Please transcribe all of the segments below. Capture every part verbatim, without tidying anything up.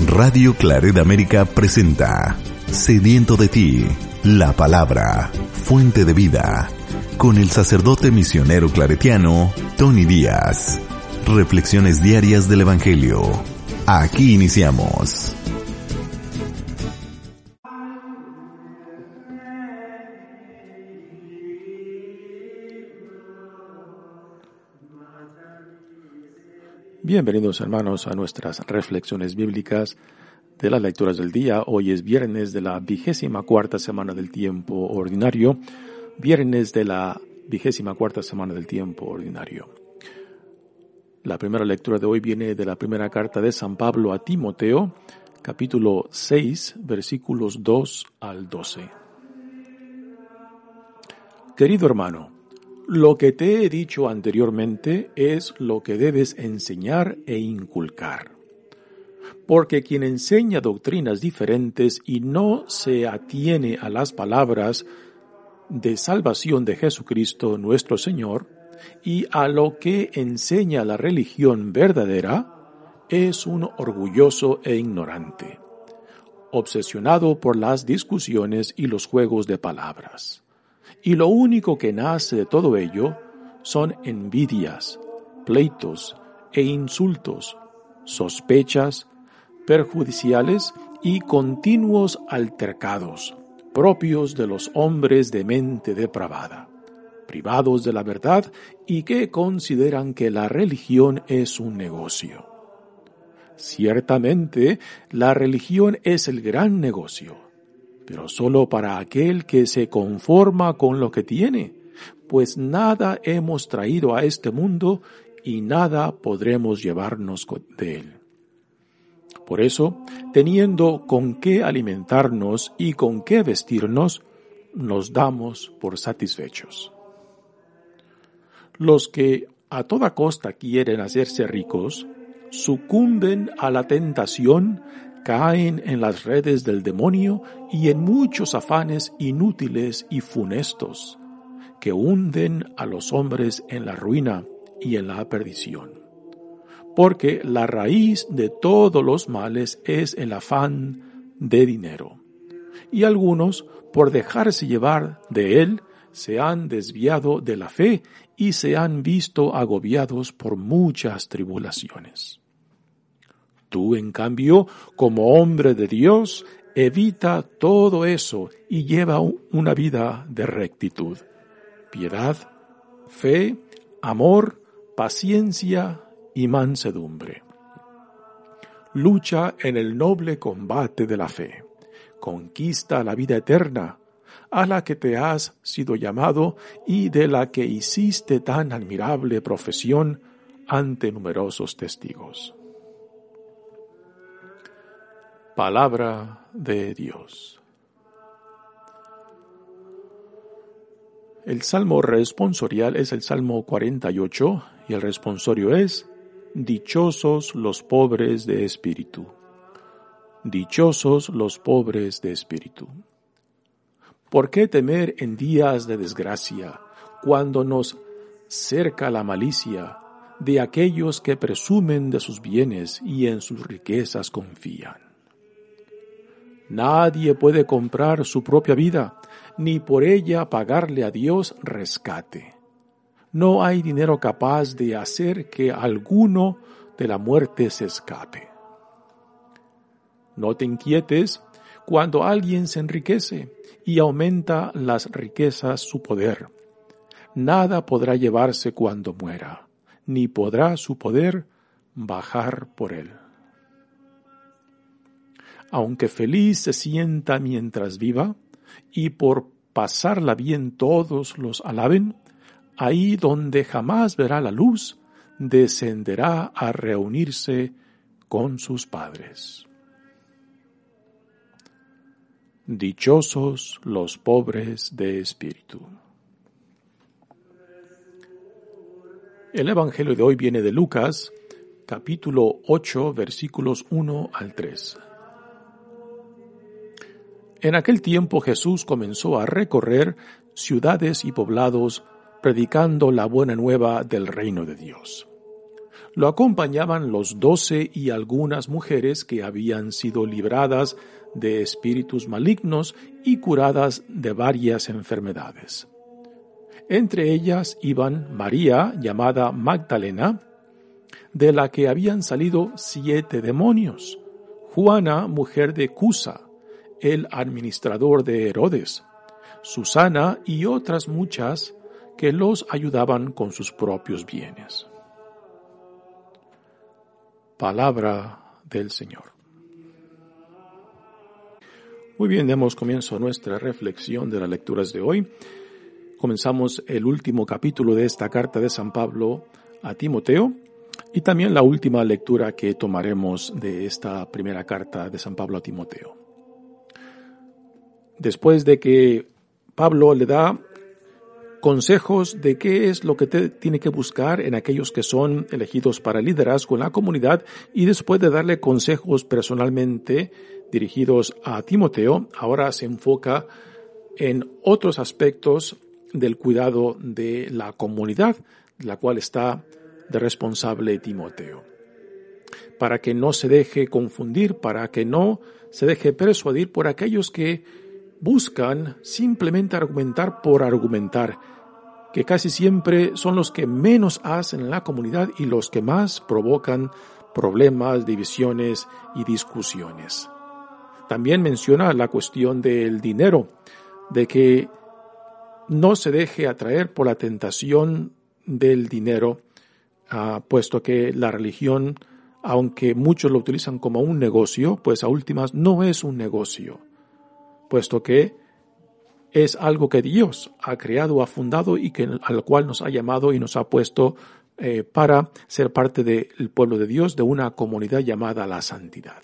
Radio Claret América presenta Sediento de ti, la palabra, fuente de vida, con el sacerdote misionero claretiano Tony Díaz. Reflexiones diarias del Evangelio. Aquí iniciamos. Bienvenidos, hermanos, a nuestras reflexiones bíblicas de las lecturas del día. Hoy es viernes de la vigésima cuarta semana del tiempo ordinario. Viernes de la vigésima cuarta semana del tiempo ordinario. La primera lectura de hoy viene de la primera carta de San Pablo a Timoteo, capítulo seis, versículos dos al doce. Querido hermano, lo que te he dicho anteriormente es lo que debes enseñar e inculcar. Porque quien enseña doctrinas diferentes y no se atiene a las palabras de salvación de Jesucristo nuestro Señor y a lo que enseña la religión verdadera, es un orgulloso e ignorante, obsesionado por las discusiones y los juegos de palabras. Y lo único que nace de todo ello son envidias, pleitos e insultos, sospechas perjudiciales y continuos altercados, propios de los hombres de mente depravada, privados de la verdad y que consideran que la religión es un negocio. Ciertamente, la religión es el gran negocio, pero solo para aquel que se conforma con lo que tiene, pues nada hemos traído a este mundo y nada podremos llevarnos de él. Por eso, teniendo con qué alimentarnos y con qué vestirnos, nos damos por satisfechos. Los que a toda costa quieren hacerse ricos, sucumben a la tentación, caen en las redes del demonio y en muchos afanes inútiles y funestos, que hunden a los hombres en la ruina y en la perdición. Porque la raíz de todos los males es el afán de dinero. Y algunos, por dejarse llevar de él, se han desviado de la fe y se han visto agobiados por muchas tribulaciones. Tú, en cambio, como hombre de Dios, evita todo eso y lleva una vida de rectitud, piedad, fe, amor, paciencia y mansedumbre. Lucha en el noble combate de la fe. Conquista la vida eterna, a la que te has sido llamado y de la que hiciste tan admirable profesión ante numerosos testigos. Palabra de Dios. El salmo responsorial es el Salmo cuarenta y ocho y el responsorio es: Dichosos los pobres de espíritu. Dichosos los pobres de espíritu. ¿Por qué temer en días de desgracia, cuando nos cerca la malicia de aquellos que presumen de sus bienes y en sus riquezas confían? Nadie puede comprar su propia vida, ni por ella pagarle a Dios rescate. No hay dinero capaz de hacer que alguno de la muerte se escape. No te inquietes cuando alguien se enriquece y aumenta las riquezas su poder. Nada podrá llevarse cuando muera, ni podrá su poder bajar por él. Aunque feliz se sienta mientras viva, y por pasarla bien todos los alaben, ahí donde jamás verá la luz, descenderá a reunirse con sus padres. Dichosos los pobres de espíritu. El Evangelio de hoy viene de Lucas, capítulo ocho, versículos uno al tres. En aquel tiempo Jesús comenzó a recorrer ciudades y poblados, predicando la buena nueva del reino de Dios. Lo acompañaban los doce y algunas mujeres que habían sido libradas de espíritus malignos y curadas de varias enfermedades. Entre ellas iban María, llamada Magdalena, de la que habían salido siete demonios, Juana, mujer de Cusa, el administrador de Herodes, Susana y otras muchas que los ayudaban con sus propios bienes. Palabra del Señor. Muy bien, demos comienzo a nuestra reflexión de las lecturas de hoy. Comenzamos el último capítulo de esta carta de San Pablo a Timoteo y también la última lectura que tomaremos de esta primera carta de San Pablo a Timoteo. Después de que Pablo le da consejos de qué es lo que te tiene que buscar en aquellos que son elegidos para liderazgo en la comunidad y después de darle consejos personalmente dirigidos a Timoteo, ahora se enfoca en otros aspectos del cuidado de la comunidad, la cual está de responsable Timoteo. Para que no se deje confundir, para que no se deje persuadir por aquellos que buscan simplemente argumentar por argumentar, que casi siempre son los que menos hacen en la comunidad y los que más provocan problemas, divisiones y discusiones. También menciona la cuestión del dinero, de que no se deje atraer por la tentación del dinero, uh, puesto que la religión, aunque muchos lo utilizan como un negocio, pues a últimas no es un negocio, puesto que es algo que Dios ha creado, ha fundado y que, al cual nos ha llamado y nos ha puesto eh, para ser parte del pueblo de Dios, de una comunidad llamada la santidad.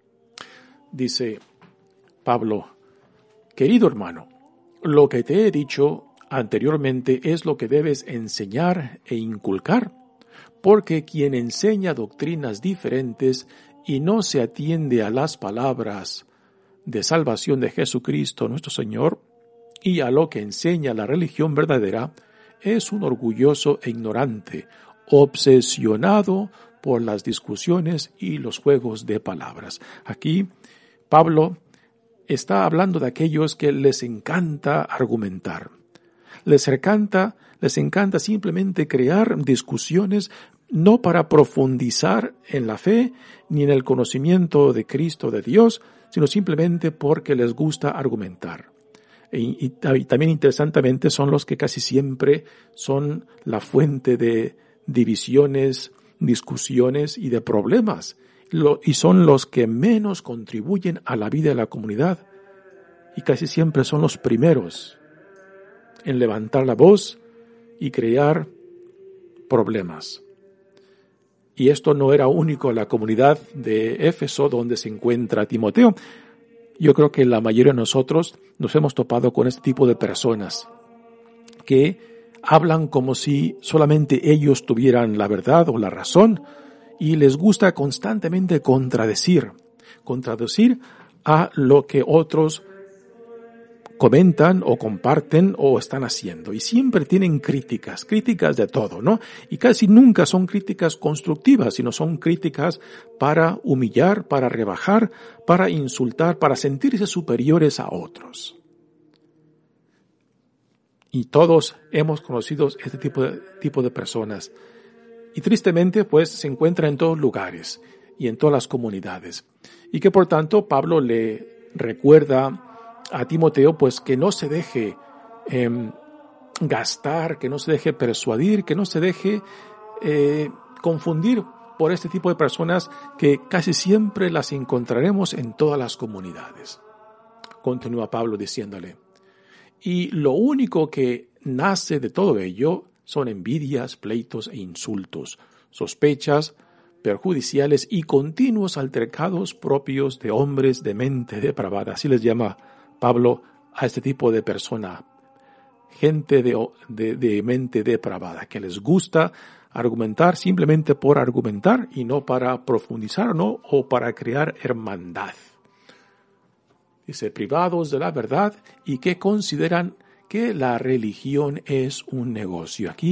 Dice Pablo: querido hermano, lo que te he dicho anteriormente es lo que debes enseñar e inculcar, porque quien enseña doctrinas diferentes y no se atiende a las palabras de salvación de Jesucristo nuestro Señor y a lo que enseña la religión verdadera, es un orgulloso e ignorante, obsesionado por las discusiones y los juegos de palabras. Aquí Pablo está hablando de aquellos que les encanta argumentar. Les encanta, les encanta simplemente crear discusiones, no para profundizar en la fe ni en el conocimiento de Cristo, de Dios, sino simplemente porque les gusta argumentar. Y, y, y también interesantemente son los que casi siempre son la fuente de divisiones, discusiones y de problemas. Lo, y son los que menos contribuyen a la vida de la comunidad. Y casi siempre son los primeros en levantar la voz y crear problemas. Y esto no era único en la comunidad de Éfeso donde se encuentra Timoteo. Yo creo que la mayoría de nosotros nos hemos topado con este tipo de personas que hablan como si solamente ellos tuvieran la verdad o la razón y les gusta constantemente contradecir, contradecir a lo que otros comentan o comparten o están haciendo. Y siempre tienen críticas, críticas de todo, ¿no? Y casi nunca son críticas constructivas, sino son críticas para humillar, para rebajar, para insultar, para sentirse superiores a otros. Y todos hemos conocido este tipo de, tipo de personas. Y tristemente, pues, se encuentra en todos lugares y en todas las comunidades. Y que por tanto Pablo le recuerda a Timoteo, pues, que no se deje eh, gastar, que no se deje persuadir, que no se deje eh, confundir por este tipo de personas que casi siempre las encontraremos en todas las comunidades. Continúa Pablo diciéndole: y lo único que nace de todo ello son envidias, pleitos e insultos, sospechas perjudiciales y continuos altercados propios de hombres de mente depravada. Así les llama Pablo a este tipo de persona, gente de, de, de mente depravada, que les gusta argumentar simplemente por argumentar y no para profundizar, ¿no? O para crear hermandad. Dice, privados de la verdad y que consideran que la religión es un negocio. Aquí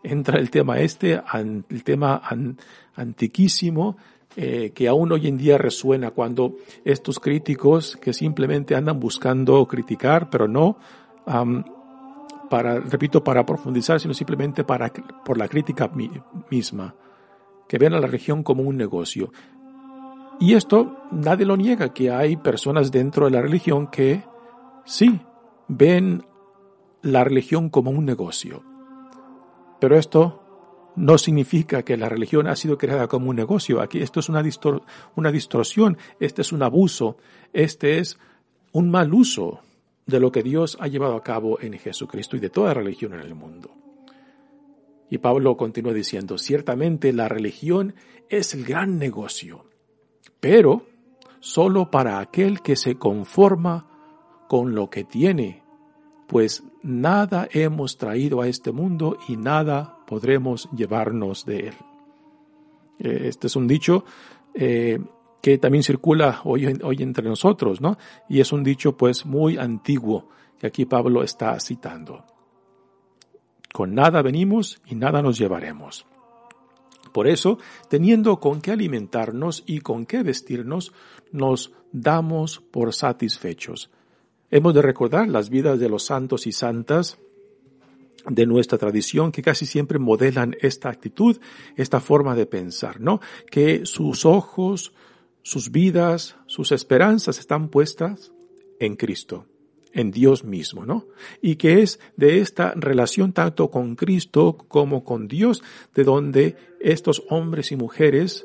entra el tema este, an, el tema an, antiquísimo, eh, que aún hoy en día resuena cuando estos críticos que simplemente andan buscando criticar, pero no um, para, repito, para profundizar, sino simplemente para, por la crítica mi, misma, que ven a la religión como un negocio. Y esto nadie lo niega, que hay personas dentro de la religión que sí ven la religión como un negocio. Pero esto no significa que la religión ha sido creada como un negocio. Aquí esto es una, distor- una distorsión, este es un abuso, este es un mal uso de lo que Dios ha llevado a cabo en Jesucristo y de toda religión en el mundo. Y Pablo continúa diciendo, ciertamente la religión es el gran negocio, pero solo para aquel que se conforma con lo que tiene, pues nada hemos traído a este mundo y nada podremos llevarnos de él. Este es un dicho eh, que también circula hoy, hoy entre nosotros, ¿no? Y es un dicho pues muy antiguo que aquí Pablo está citando. Con nada venimos y nada nos llevaremos. Por eso, teniendo con qué alimentarnos y con qué vestirnos, nos damos por satisfechos. Hemos de recordar las vidas de los santos y santas de nuestra tradición que casi siempre modelan esta actitud, esta forma de pensar, ¿no? Que sus ojos, sus vidas, sus esperanzas están puestas en Cristo, en Dios mismo, ¿no? Y que es de esta relación tanto con Cristo como con Dios, de donde estos hombres y mujeres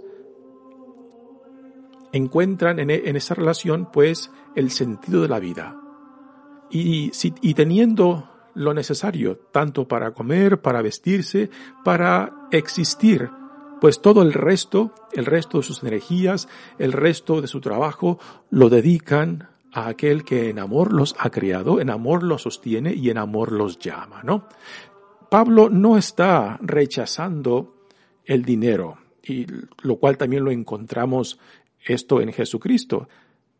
encuentran en, en esa relación, pues, el sentido de la vida. Y, si, y teniendo lo necesario, tanto para comer, para vestirse, para existir, pues todo el resto, el resto de sus energías, el resto de su trabajo, lo dedican a aquel que en amor los ha creado, en amor los sostiene y en amor los llama, ¿no? Pablo no está rechazando el dinero, y lo cual también lo encontramos esto en Jesucristo.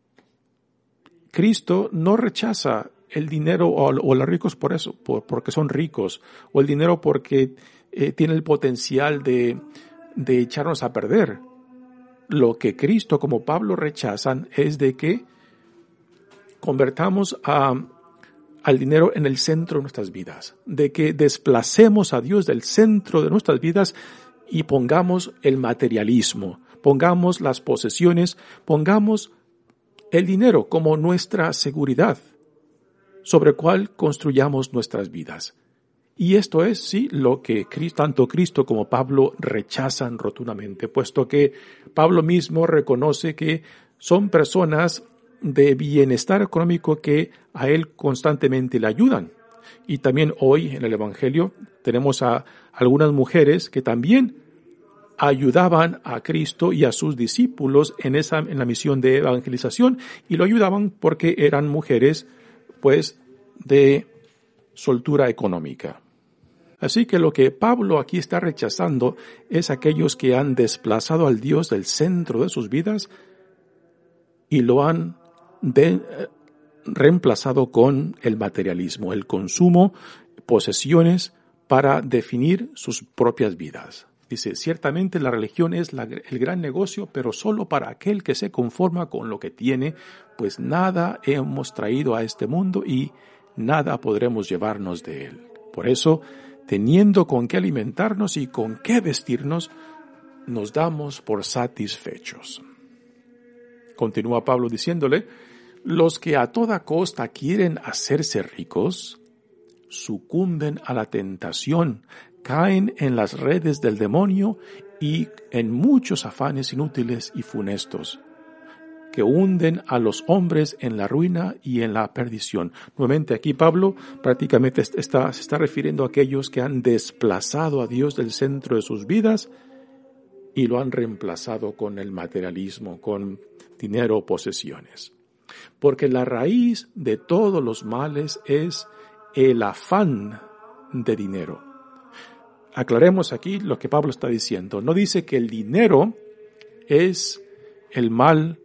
Cristo no rechaza el dinero o, o los ricos por eso, por, porque son ricos, o el dinero porque eh, tiene el potencial de, de echarnos a perder. Lo que Cristo como Pablo rechazan es de que convertamos a, al dinero en el centro de nuestras vidas, de que desplacemos a Dios del centro de nuestras vidas y pongamos el materialismo, pongamos las posesiones, pongamos el dinero como nuestra seguridad, sobre el cual construyamos nuestras vidas. Y esto es, sí, lo que tanto Cristo como Pablo rechazan rotundamente, puesto que Pablo mismo reconoce que son personas de bienestar económico que a él constantemente le ayudan. Y también hoy en el Evangelio tenemos a algunas mujeres que también ayudaban a Cristo y a sus discípulos en esa, en la misión de evangelización, y lo ayudaban porque eran mujeres pues de soltura económica. Así que lo que Pablo aquí está rechazando es aquellos que han desplazado al Dios del centro de sus vidas y lo han de, eh, reemplazado con el materialismo, el consumo, posesiones para definir sus propias vidas. Dice, ciertamente la religión es la, el gran negocio, pero solo para aquel que se conforma con lo que tiene, pues nada hemos traído a este mundo y nada podremos llevarnos de él. Por eso, teniendo con qué alimentarnos y con qué vestirnos, nos damos por satisfechos. Continúa Pablo diciéndole, los que a toda costa quieren hacerse ricos, sucumben a la tentación, caen en las redes del demonio y en muchos afanes inútiles y funestos, que hunden a los hombres en la ruina y en la perdición. Nuevamente aquí Pablo prácticamente está, se está refiriendo a aquellos que han desplazado a Dios del centro de sus vidas y lo han reemplazado con el materialismo, con dinero o posesiones. Porque la raíz de todos los males es el afán de dinero. Aclaremos aquí lo que Pablo está diciendo. No dice que el dinero es el mal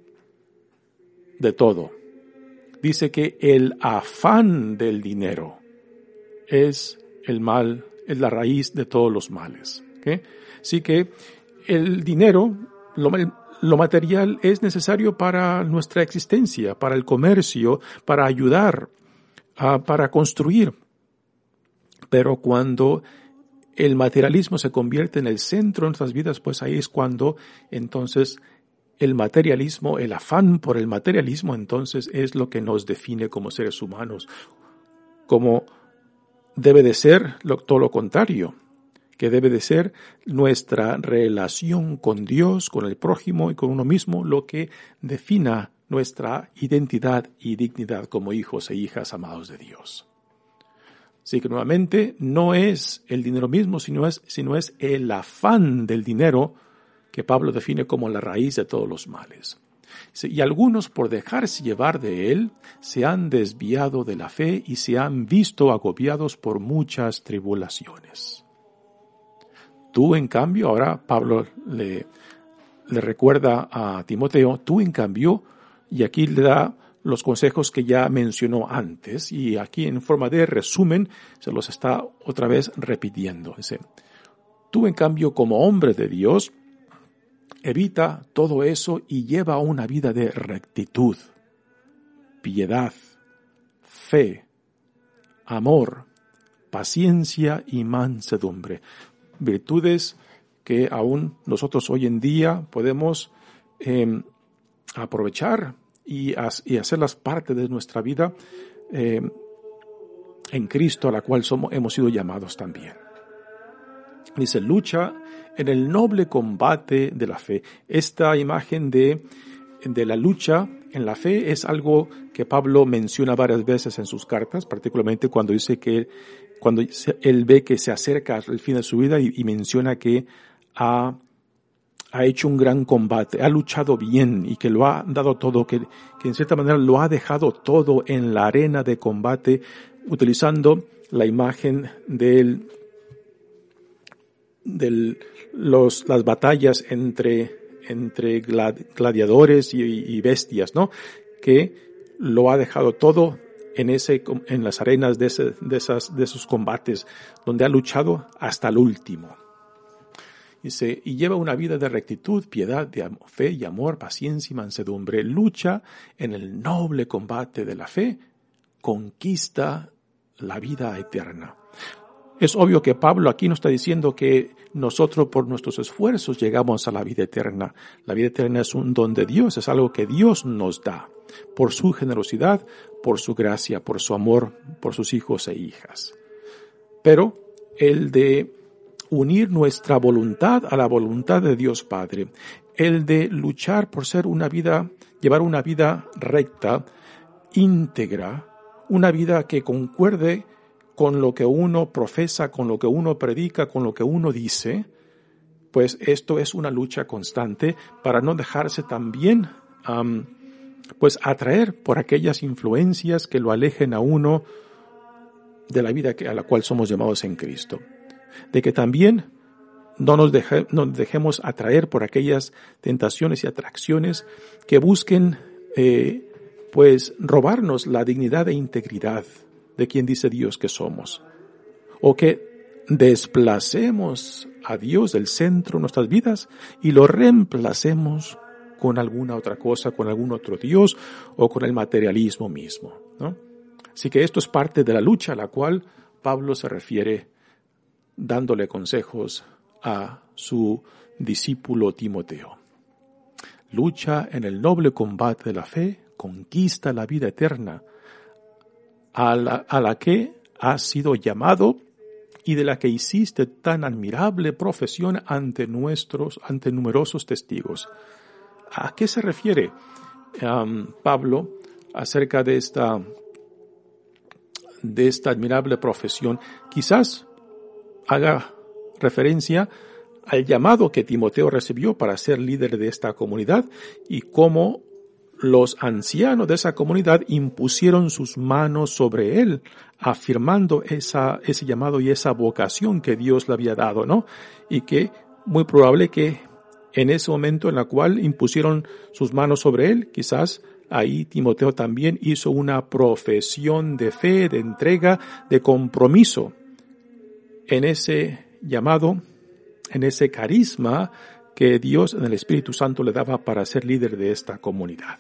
de todo. Dice que el afán del dinero es el mal es la raíz de todos los males. ¿Okay? Así que el dinero, lo, lo material es necesario para nuestra existencia, para el comercio, para ayudar, uh, para construir. Pero cuando el materialismo se convierte en el centro de nuestras vidas, pues ahí es cuando entonces el materialismo, el afán por el materialismo, entonces es lo que nos define como seres humanos, como debe de ser lo, todo lo contrario, que debe de ser nuestra relación con Dios, con el prójimo y con uno mismo, lo que defina nuestra identidad y dignidad como hijos e hijas amados de Dios. Así que nuevamente no es el dinero mismo, sino es, sino es el afán del dinero que Pablo define como la raíz de todos los males. Y algunos, por dejarse llevar de él, se han desviado de la fe y se han visto agobiados por muchas tribulaciones. Tú, en cambio, ahora Pablo le, le recuerda a Timoteo, tú, en cambio, y aquí le da los consejos que ya mencionó antes, y aquí en forma de resumen se los está otra vez repitiendo. Dice, tú, en cambio, como hombre de Dios, evita todo eso y lleva una vida de rectitud, piedad, fe, amor, paciencia y mansedumbre. Virtudes que aún nosotros hoy en día podemos eh, aprovechar y, y hacerlas parte de nuestra vida eh, en Cristo, a la cual somos, hemos sido llamados también. Dice, lucha en el noble combate de la fe. Esta imagen de, de la lucha en la fe es algo que Pablo menciona varias veces en sus cartas, particularmente cuando dice que cuando él ve que se acerca al fin de su vida y, y menciona que ha, ha hecho un gran combate, ha luchado bien y que lo ha dado todo, que, que en cierta manera lo ha dejado todo en la arena de combate, utilizando la imagen del de los, las batallas entre, entre gladiadores y, y bestias, ¿no? Que lo ha dejado todo en ese, en las arenas de ese, de esas, de esos combates, donde ha luchado hasta el último. Dice, y lleva una vida de rectitud, piedad, de fe y amor, paciencia y mansedumbre. Lucha en el noble combate de la fe, conquista la vida eterna. Es obvio que Pablo aquí nos está diciendo que nosotros por nuestros esfuerzos llegamos a la vida eterna. La vida eterna es un don de Dios, es algo que Dios nos da por su generosidad, por su gracia, por su amor, por sus hijos e hijas. Pero el de unir nuestra voluntad a la voluntad de Dios Padre, el de luchar por ser una vida, llevar una vida recta, íntegra, una vida que concuerde con lo que uno profesa, con lo que uno predica, con lo que uno dice, pues esto es una lucha constante para no dejarse también um, pues atraer por aquellas influencias que lo alejen a uno de la vida que, a la cual somos llamados en Cristo. De que también no nos, deje, no nos dejemos atraer por aquellas tentaciones y atracciones que busquen eh, pues robarnos la dignidad e integridad de quien dice Dios que somos, o que desplacemos a Dios del centro de nuestras vidas y lo reemplacemos con alguna otra cosa, con algún otro Dios o con el materialismo mismo, ¿no? Así que esto es parte de la lucha a la cual Pablo se refiere dándole consejos a su discípulo Timoteo. Lucha en el noble combate de la fe, conquista la vida eterna, A la, a la que has sido llamado y de la que hiciste tan admirable profesión ante nuestros, ante numerosos testigos. ¿A qué se refiere um, Pablo acerca de esta, de esta admirable profesión? Quizás haga referencia al llamado que Timoteo recibió para ser líder de esta comunidad y cómo los ancianos de esa comunidad impusieron sus manos sobre él, afirmando esa, ese llamado y esa vocación que Dios le había dado, ¿no? Y que muy probable que en ese momento en la cual impusieron sus manos sobre él, quizás ahí Timoteo también hizo una profesión de fe, de entrega, de compromiso en ese llamado, en ese carisma que Dios en el Espíritu Santo le daba para ser líder de esta comunidad.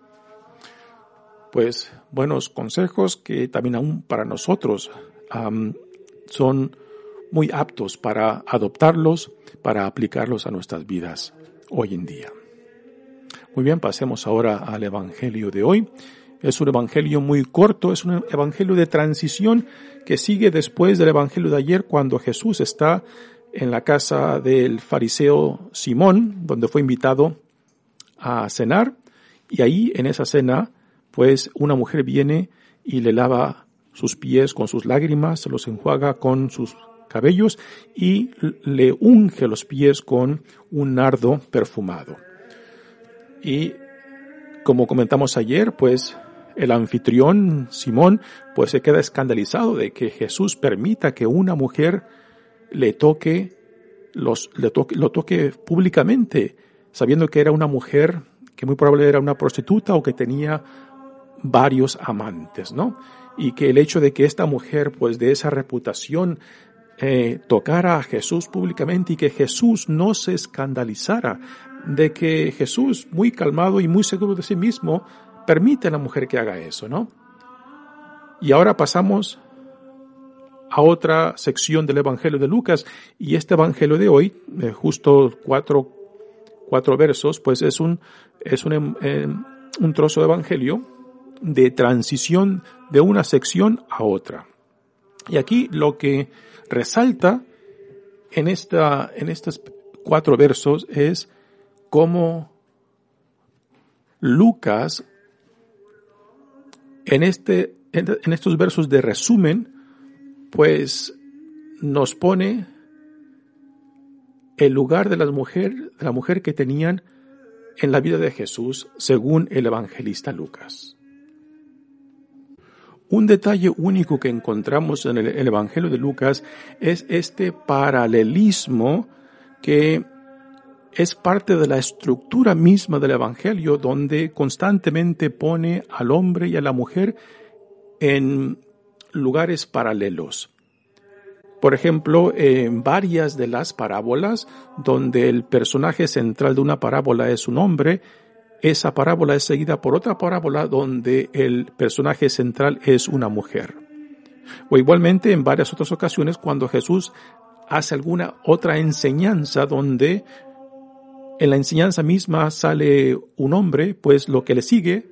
Pues buenos consejos que también aún para nosotros um, son muy aptos para adoptarlos, para aplicarlos a nuestras vidas hoy en día. Muy bien, pasemos ahora al Evangelio de hoy. Es un Evangelio muy corto, es un Evangelio de transición que sigue después del Evangelio de ayer, cuando Jesús está en la casa del fariseo Simón, donde fue invitado a cenar, y ahí en esa cena, pues una mujer viene y le lava sus pies con sus lágrimas, se los enjuaga con sus cabellos y le unge los pies con un nardo perfumado. Y como comentamos ayer, pues el anfitrión Simón pues se queda escandalizado de que Jesús permita que una mujer le toque los le toque lo toque públicamente, sabiendo que era una mujer que muy probablemente era una prostituta o que tenía varios amantes, ¿no? Y que el hecho de que esta mujer, pues de esa reputación, eh, tocara a Jesús públicamente y que Jesús no se escandalizara, de que Jesús, muy calmado y muy seguro de sí mismo, permite a la mujer que haga eso, ¿no? Y ahora pasamos a otra sección del Evangelio de Lucas, y este Evangelio de hoy, eh, justo cuatro, cuatro versos, pues es un, es un, eh, un trozo de Evangelio de transición de una sección a otra. Y aquí lo que resalta en esta, en estos cuatro versos es cómo Lucas, en este, en estos versos de resumen, pues nos pone el lugar de la mujer, de la mujer que tenían en la vida de Jesús, según el evangelista Lucas. Un detalle único que encontramos en el, el Evangelio de Lucas es este paralelismo que es parte de la estructura misma del Evangelio, donde constantemente pone al hombre y a la mujer en lugares paralelos. Por ejemplo, en varias de las parábolas, donde el personaje central de una parábola es un hombre, esa parábola es seguida por otra parábola donde el personaje central es una mujer. O igualmente en varias otras ocasiones cuando Jesús hace alguna otra enseñanza donde en la enseñanza misma sale un hombre, pues lo que le sigue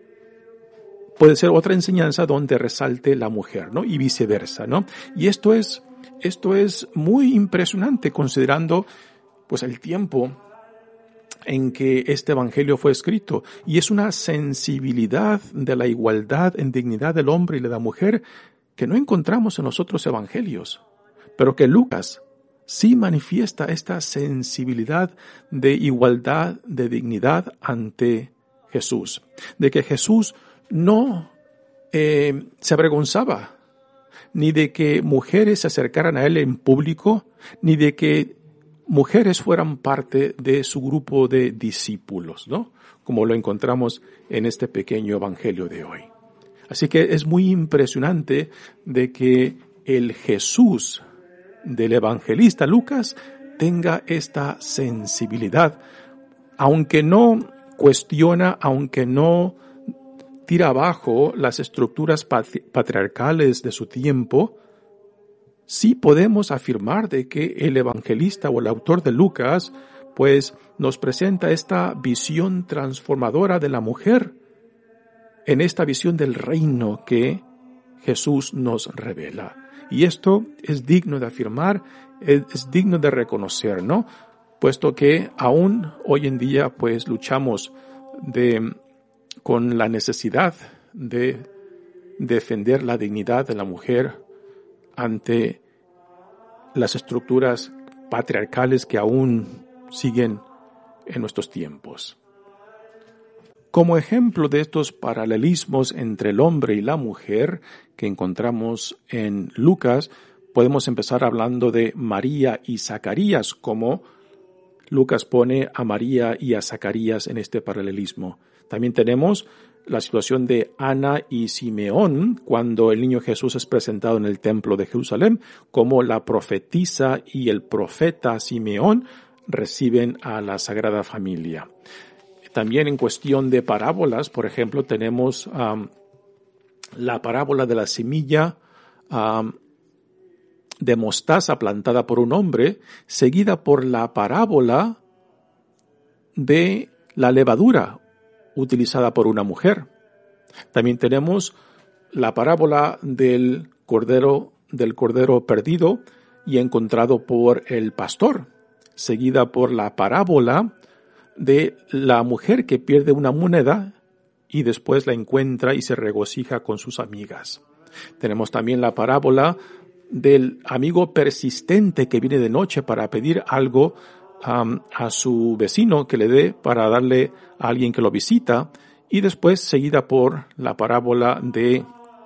puede ser otra enseñanza donde resalte la mujer, ¿no? Y viceversa, ¿no? Y esto es, esto es muy impresionante considerando, pues, el tiempo en que este evangelio fue escrito, y es una sensibilidad de la igualdad en dignidad del hombre y de la mujer que no encontramos en los otros evangelios, pero que Lucas sí manifiesta esta sensibilidad de igualdad, de dignidad ante Jesús, de que Jesús no eh, se avergonzaba, ni de que mujeres se acercaran a él en público, ni de que mujeres fueran parte de su grupo de discípulos, ¿no? Como lo encontramos en este pequeño evangelio de hoy. Así que es muy impresionante de que el Jesús del evangelista Lucas tenga esta sensibilidad, aunque no cuestiona, aunque no tira abajo las estructuras patriarcales de su tiempo, sí podemos afirmar de que el evangelista o el autor de Lucas, pues, nos presenta esta visión transformadora de la mujer en esta visión del reino que Jesús nos revela. Y esto es digno de afirmar, es, es digno de reconocer, ¿no? Puesto que aún hoy en día, pues, luchamos de, con la necesidad de defender la dignidad de la mujer ante las estructuras patriarcales que aún siguen en nuestros tiempos. Como ejemplo de estos paralelismos entre el hombre y la mujer que encontramos en Lucas, podemos empezar hablando de María y Zacarías, como Lucas pone a María y a Zacarías en este paralelismo. También tenemos la situación de Ana y Simeón cuando el niño Jesús es presentado en el templo de Jerusalén, como la profetisa y el profeta Simeón reciben a la Sagrada Familia. También en cuestión de parábolas, por ejemplo, tenemos um, la parábola de la semilla um, de mostaza plantada por un hombre, seguida por la parábola de la levadura utilizada por una mujer. También tenemos la parábola del cordero, del cordero perdido y encontrado por el pastor, seguida por la parábola de la mujer que pierde una moneda y después la encuentra y se regocija con sus amigas. Tenemos también la parábola del amigo persistente que viene de noche para pedir algo um, a su vecino que le dé para darle a alguien que lo visita, y después seguida por la parábola de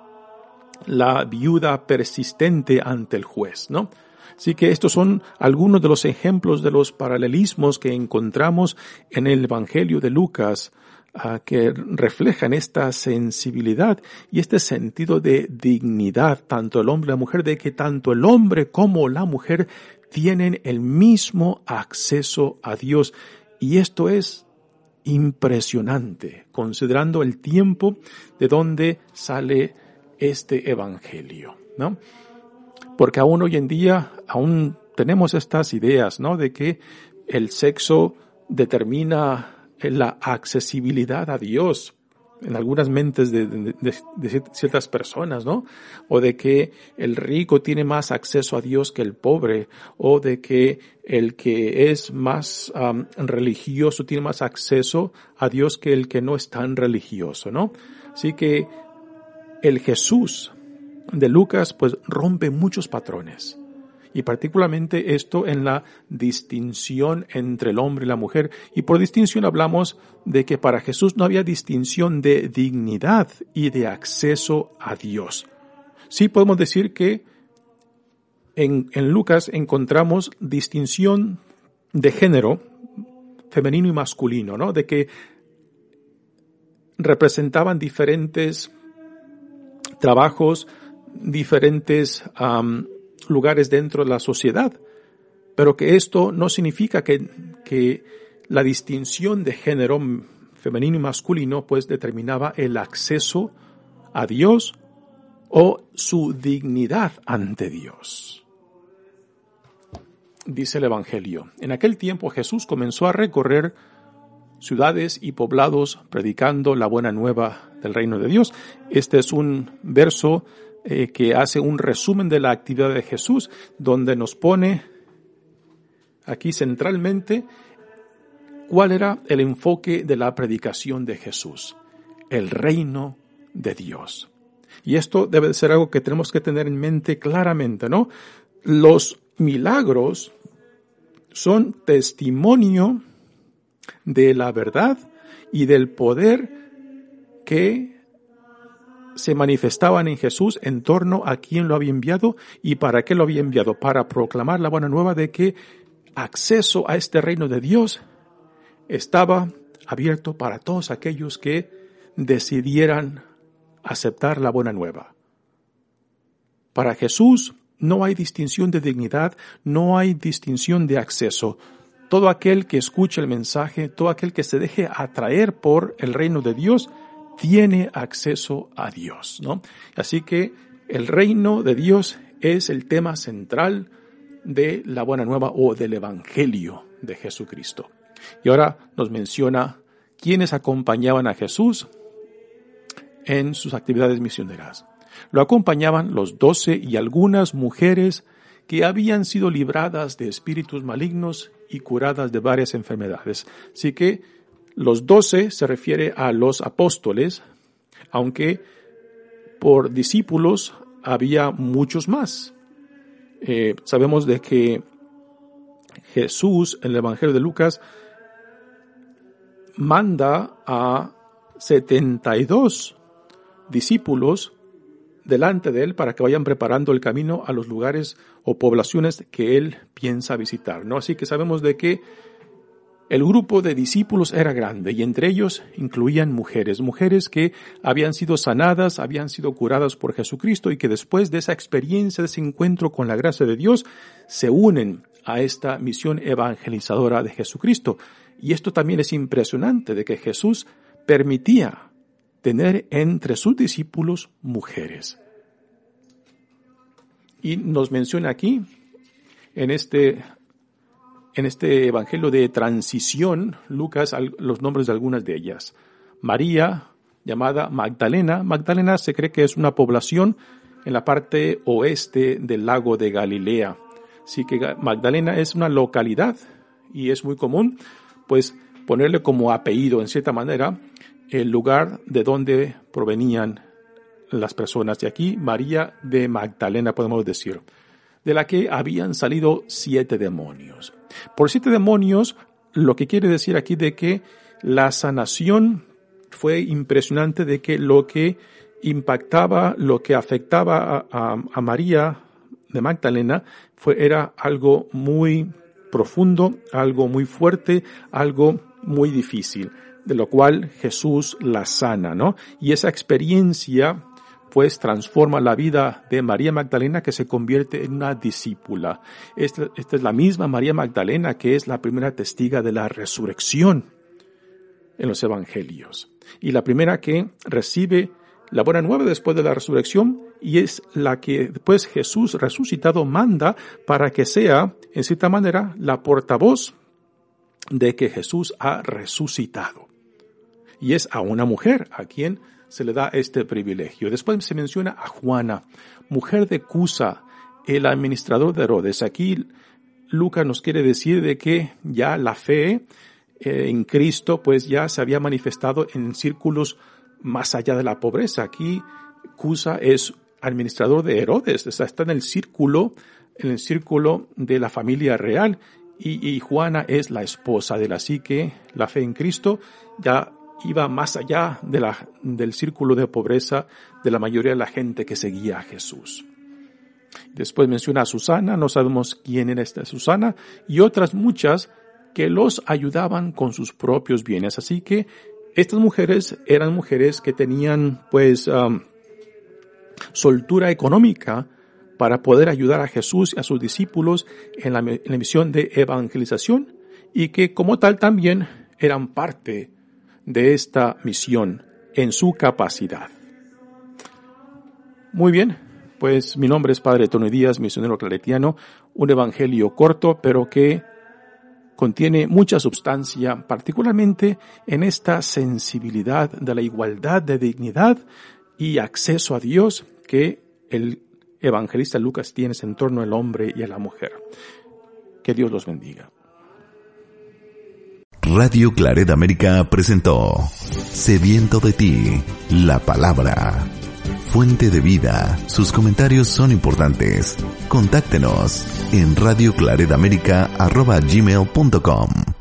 la viuda persistente ante el juez, ¿no? Así que estos son algunos de los ejemplos de los paralelismos que encontramos en el Evangelio de Lucas, uh, que reflejan esta sensibilidad y este sentido de dignidad, tanto el hombre y la mujer, de que tanto el hombre como la mujer tienen el mismo acceso a Dios. Y esto es impresionante, considerando el tiempo de donde sale este Evangelio, ¿no? Porque aún hoy en día, aún tenemos estas ideas, ¿no? De que el sexo determina la accesibilidad a Dios en algunas mentes de, de, de, de ciertas personas, ¿no? O de que el rico tiene más acceso a Dios que el pobre, o de que el que es más um, religioso tiene más acceso a Dios que el que no es tan religioso, ¿no? Así que el Jesús de Lucas pues rompe muchos patrones, y particularmente esto en la distinción entre el hombre y la mujer. Y por distinción hablamos de que para Jesús no había distinción de dignidad y de acceso a Dios. Sí podemos decir que en, en Lucas encontramos distinción de género, femenino y masculino, ¿no? De que representaban diferentes trabajos, diferentes um, lugares dentro de la sociedad, pero que esto no significa que, que la distinción de género femenino y masculino pues determinaba el acceso a Dios o su dignidad ante Dios. Dice el Evangelio: en aquel tiempo Jesús comenzó a recorrer ciudades y poblados predicando la buena nueva del reino de Dios. Este es un verso Eh, que hace un resumen de la actividad de Jesús, donde nos pone aquí centralmente cuál era el enfoque de la predicación de Jesús: el reino de Dios. Y esto debe ser algo que tenemos que tener en mente claramente, ¿no? Los milagros son testimonio de la verdad y del poder que se manifestaban en Jesús en torno a quién lo había enviado y para qué lo había enviado: para proclamar la buena nueva de que acceso a este reino de Dios estaba abierto para todos aquellos que decidieran aceptar la buena nueva. Para Jesús no hay distinción de dignidad, no hay distinción de acceso. Todo aquel que escuche el mensaje, todo aquel que se deje atraer por el reino de Dios, tiene acceso a Dios, ¿no? Así que el reino de Dios es el tema central de la buena nueva o del Evangelio de Jesucristo. Y ahora nos menciona quiénes acompañaban a Jesús en sus actividades misioneras. Lo acompañaban los doce y algunas mujeres que habían sido libradas de espíritus malignos y curadas de varias enfermedades. Así que los doce se refiere a los apóstoles, aunque por discípulos había muchos más. Eh, sabemos de que Jesús en el Evangelio de Lucas manda a setenta y dos discípulos delante de él para que vayan preparando el camino a los lugares o poblaciones que él piensa visitar, ¿no? Así que sabemos de que El grupo de discípulos era grande y entre ellos incluían mujeres, mujeres que habían sido sanadas, habían sido curadas por Jesucristo y que después de esa experiencia, de ese encuentro con la gracia de Dios, se unen a esta misión evangelizadora de Jesucristo. Y esto también es impresionante, de que Jesús permitía tener entre sus discípulos mujeres. Y nos menciona aquí, en este, en este evangelio de transición, Lucas, los nombres de algunas de ellas. María, llamada Magdalena. Magdalena se cree que es una población en la parte oeste del lago de Galilea. Así que Magdalena es una localidad y es muy común, pues, ponerle como apellido, en cierta manera, el lugar de donde provenían las personas. De aquí, María de Magdalena, podemos decir, de la que habían salido siete demonios. Por siete demonios, lo que quiere decir aquí de que la sanación fue impresionante, de que lo que impactaba, lo que afectaba a, a, a María de Magdalena fue, era algo muy profundo, algo muy fuerte, algo muy difícil, de lo cual Jesús la sana, ¿no? Y esa experiencia pues transforma la vida de María Magdalena, que se convierte en una discípula. Esta, esta es la misma María Magdalena que es la primera testiga de la resurrección en los evangelios. Y la primera que recibe la buena nueva después de la resurrección, y es la que después Jesús resucitado manda para que sea, en cierta manera, la portavoz de que Jesús ha resucitado. Y es a una mujer a quien se le da este privilegio. Después se menciona a Juana, mujer de Cusa, el administrador de Herodes. Aquí Lucas nos quiere decir de que ya la fe eh, en Cristo pues ya se había manifestado en círculos más allá de la pobreza. Aquí Cusa es administrador de Herodes, o sea, está en el círculo, en el círculo de la familia real, y, y Juana es la esposa de él. Así que la fe en Cristo ya iba más allá de la, del círculo de pobreza de la mayoría de la gente que seguía a Jesús. Después menciona a Susana, no sabemos quién era esta Susana, y otras muchas que los ayudaban con sus propios bienes. Así que estas mujeres eran mujeres que tenían pues um, soltura económica para poder ayudar a Jesús y a sus discípulos en la, en la misión de evangelización, y que como tal también eran parte de esta misión en su capacidad. Muy bien, pues mi nombre es Padre Tony Díaz, misionero claretiano, un evangelio corto pero que contiene mucha sustancia, particularmente en esta sensibilidad de la igualdad de dignidad y acceso a Dios que el evangelista Lucas tiene en torno al hombre y a la mujer. Que Dios los bendiga. Radio Claret América presentó Sediento de ti, la palabra, fuente de vida. Sus comentarios son importantes. Contáctenos en radio claret america arroba gmail punto com.